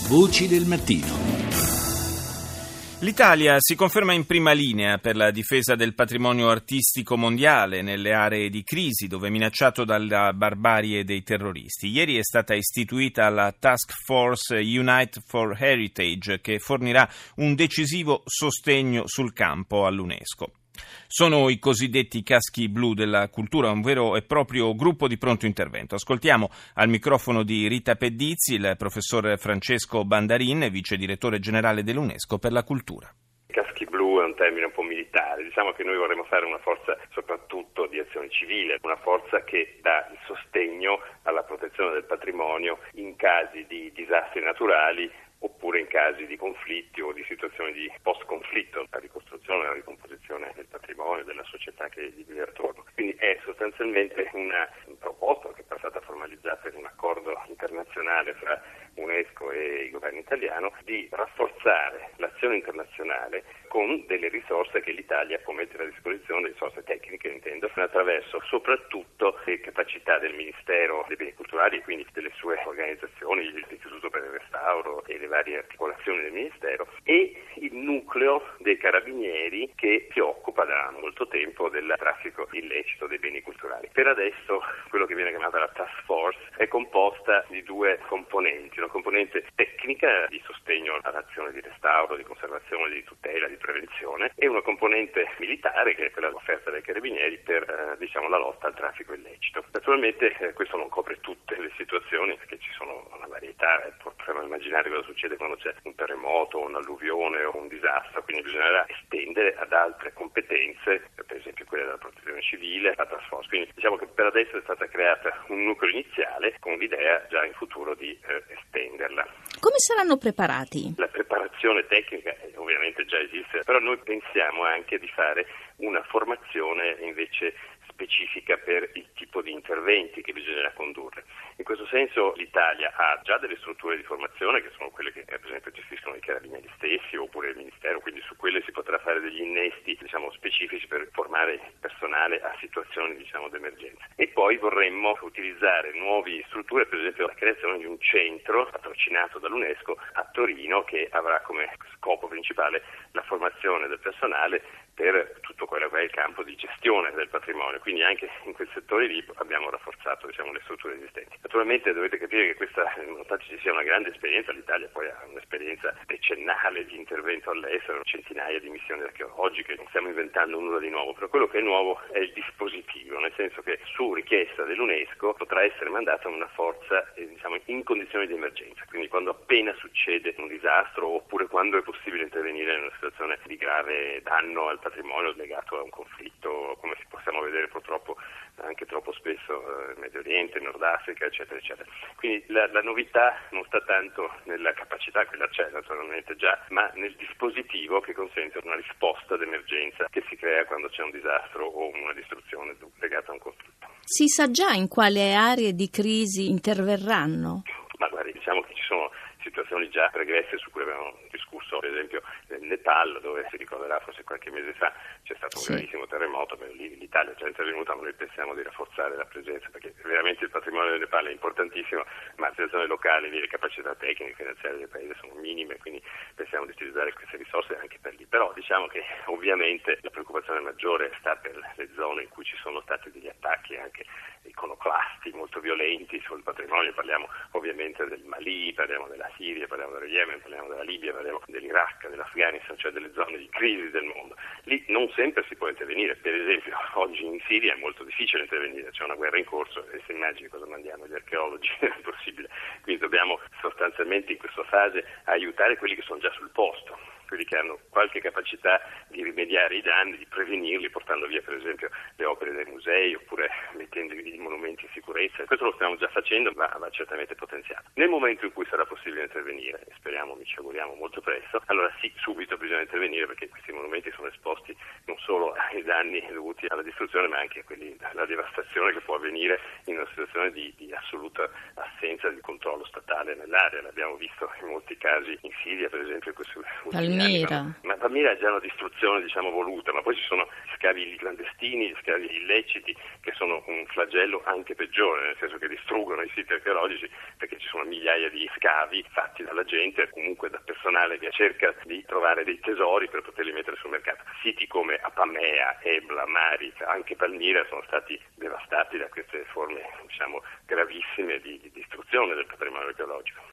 Voci del mattino. L'Italia si conferma in prima linea per la difesa del patrimonio artistico mondiale nelle aree di crisi dove è minacciato dalla barbarie dei terroristi. Ieri è stata istituita la Task Force Unite for Heritage che fornirà un decisivo sostegno sul campo all'UNESCO. Sono i cosiddetti caschi blu della cultura, un vero e proprio gruppo di pronto intervento. Ascoltiamo al microfono di Rita Pedizzi il professor Francesco Bandarin, vice direttore generale dell'UNESCO per la cultura. Caschi blu è un termine un po' militare, diciamo che noi vorremmo fare una forza soprattutto di azione civile, una forza che dà il sostegno alla protezione del patrimonio in casi di disastri naturali oppure in casi di conflitti o di situazioni di post-conflitto, la ricostruzione e la ricomposizione del patrimonio, della società che gli vive attorno. Quindi è sostanzialmente una proposta che è stata formalizzata in un accordo internazionale fra UNESCO e il governo italiano di rafforzare l'azione internazionale con delle risorse che l'Italia può mettere a disposizione, risorse tecniche intendo, attraverso soprattutto le capacità del Ministero dei Beni Culturali e quindi delle sue organizzazioni, l'Istituto per il Restauro e le varie articolazioni del Ministero e il nucleo dei Carabinieri che si occupa da molto tempo del traffico illecito dei beni culturali. Per adesso quello che viene chiamata la Task Force è composta di due componenti, una componente tecnica di sostegno all'azione di restauro, di conservazione, di tutela, di prevenzione e una componente militare che è quella offerta dai Carabinieri per la lotta al traffico illecito. Naturalmente questo non copre tutte le situazioni perché ci sono una varietà, potremmo immaginare cosa succede quando c'è un terremoto, un'alluvione o un disastro, quindi bisognerà estendere ad altre competenze, per esempio quelle della protezione civile, la task force. Quindi diciamo che per adesso è stata creata un nucleo iniziale con l'idea già in futuro di estenderla. Come saranno preparati? La preparazione tecnica ovviamente già esiste, però noi pensiamo anche di fare una formazione invece specifica per il tipo di interventi che bisognerà condurre. In questo senso l'Italia ha già delle strutture di formazione che sono quelle che per esempio gestiscono i Carabinieri stessi oppure il Ministero, quindi su quelle si potrà fare degli innesti specifici per formare il personale a situazioni d'emergenza. E poi vorremmo utilizzare nuove strutture, per esempio la creazione di un centro patrocinato dall'UNESCO a Torino che avrà come scopo principale la formazione del personale per tutto quello che è il campo di gestione del patrimonio, quindi anche in quel settore lì abbiamo rafforzato le strutture esistenti. Naturalmente dovete capire che questa, nonostante ci sia una grande esperienza, l'Italia poi ha un'esperienza decennale di intervento all'estero, centinaia di missioni archeologiche, non stiamo inventando nulla di nuovo, però quello che è nuovo è il dispositivo, nel senso che su richiesta dell'UNESCO potrà essere mandata una forza in condizioni di emergenza, quindi quando appena succede un disastro oppure quando è possibile intervenire in una situazione di grave danno al patrimonio legato a un conflitto, come possiamo vedere purtroppo anche troppo spesso in Medio Oriente, Nord Africa, eccetera, eccetera. Quindi la novità non sta tanto nella capacità, quella c'è naturalmente già, ma nel dispositivo che consente una risposta d'emergenza che si crea quando c'è un disastro o una distruzione legata a un conflitto. Si sa già in quale aree di crisi interverranno? Ma guardi, diciamo che ci sono situazioni già pregresse su cui abbiamo discusso, per esempio nel Nepal, dove si ricorderà forse qualche mese fa c'è stato un gravissimo terremoto, lì l'Italia è già intervenuta, ma noi pensiamo di rafforzare la presenza perché veramente il patrimonio del Nepal è importantissimo, ma le situazioni locali, le capacità tecniche e finanziarie del paese sono minime, quindi pensiamo di utilizzare queste risorse anche per lì. Però diciamo che ovviamente la preoccupazione maggiore sta per le zone in cui ci sono stati degli attacchi anche iconoclasti molto violenti sul patrimonio, parliamo ovviamente del Mali, parliamo della Siria, parliamo dello Yemen, parliamo della Libia, parliamo dell'Iraq, dell'Afghanistan, cioè delle zone di crisi del mondo. Lì non sempre si può intervenire, per esempio oggi in Siria è molto difficile intervenire, c'è una guerra in corso e se immagini cosa mandiamo agli archeologi è impossibile, quindi dobbiamo sostanzialmente in questa fase aiutare quelli che sono già sul posto, quelli che hanno qualche capacità di rimediare i danni, di prevenirli, portando via per esempio le opere dei musei oppure mettendo i monumenti in sicurezza. Questo lo stiamo già facendo, ma va certamente potenziato. Nel momento in cui sarà possibile intervenire, e speriamo, ci auguriamo molto presto, allora sì, subito bisogna intervenire perché questi monumenti sono esposti non solo ai danni dovuti alla distruzione, ma anche alla devastazione che può avvenire in una situazione di assoluta assenza di controllo statale nell'area. L'abbiamo visto in molti casi in Siria, per esempio, in questi ultimi Palmira. Ma Palmira è già una distruzione, voluta, ma poi ci sono scavi clandestini, scavi illeciti, che sono un flagello anche peggiore, nel senso che distruggono i siti archeologici, perché ci sono migliaia di scavi fatti dalla gente, comunque da personale che cerca di trovare dei tesori per poterli mettere sul mercato. Siti come Apamea, Ebla, Mari, anche Palmira sono stati devastati da queste forme, gravissime di distruzione del patrimonio archeologico.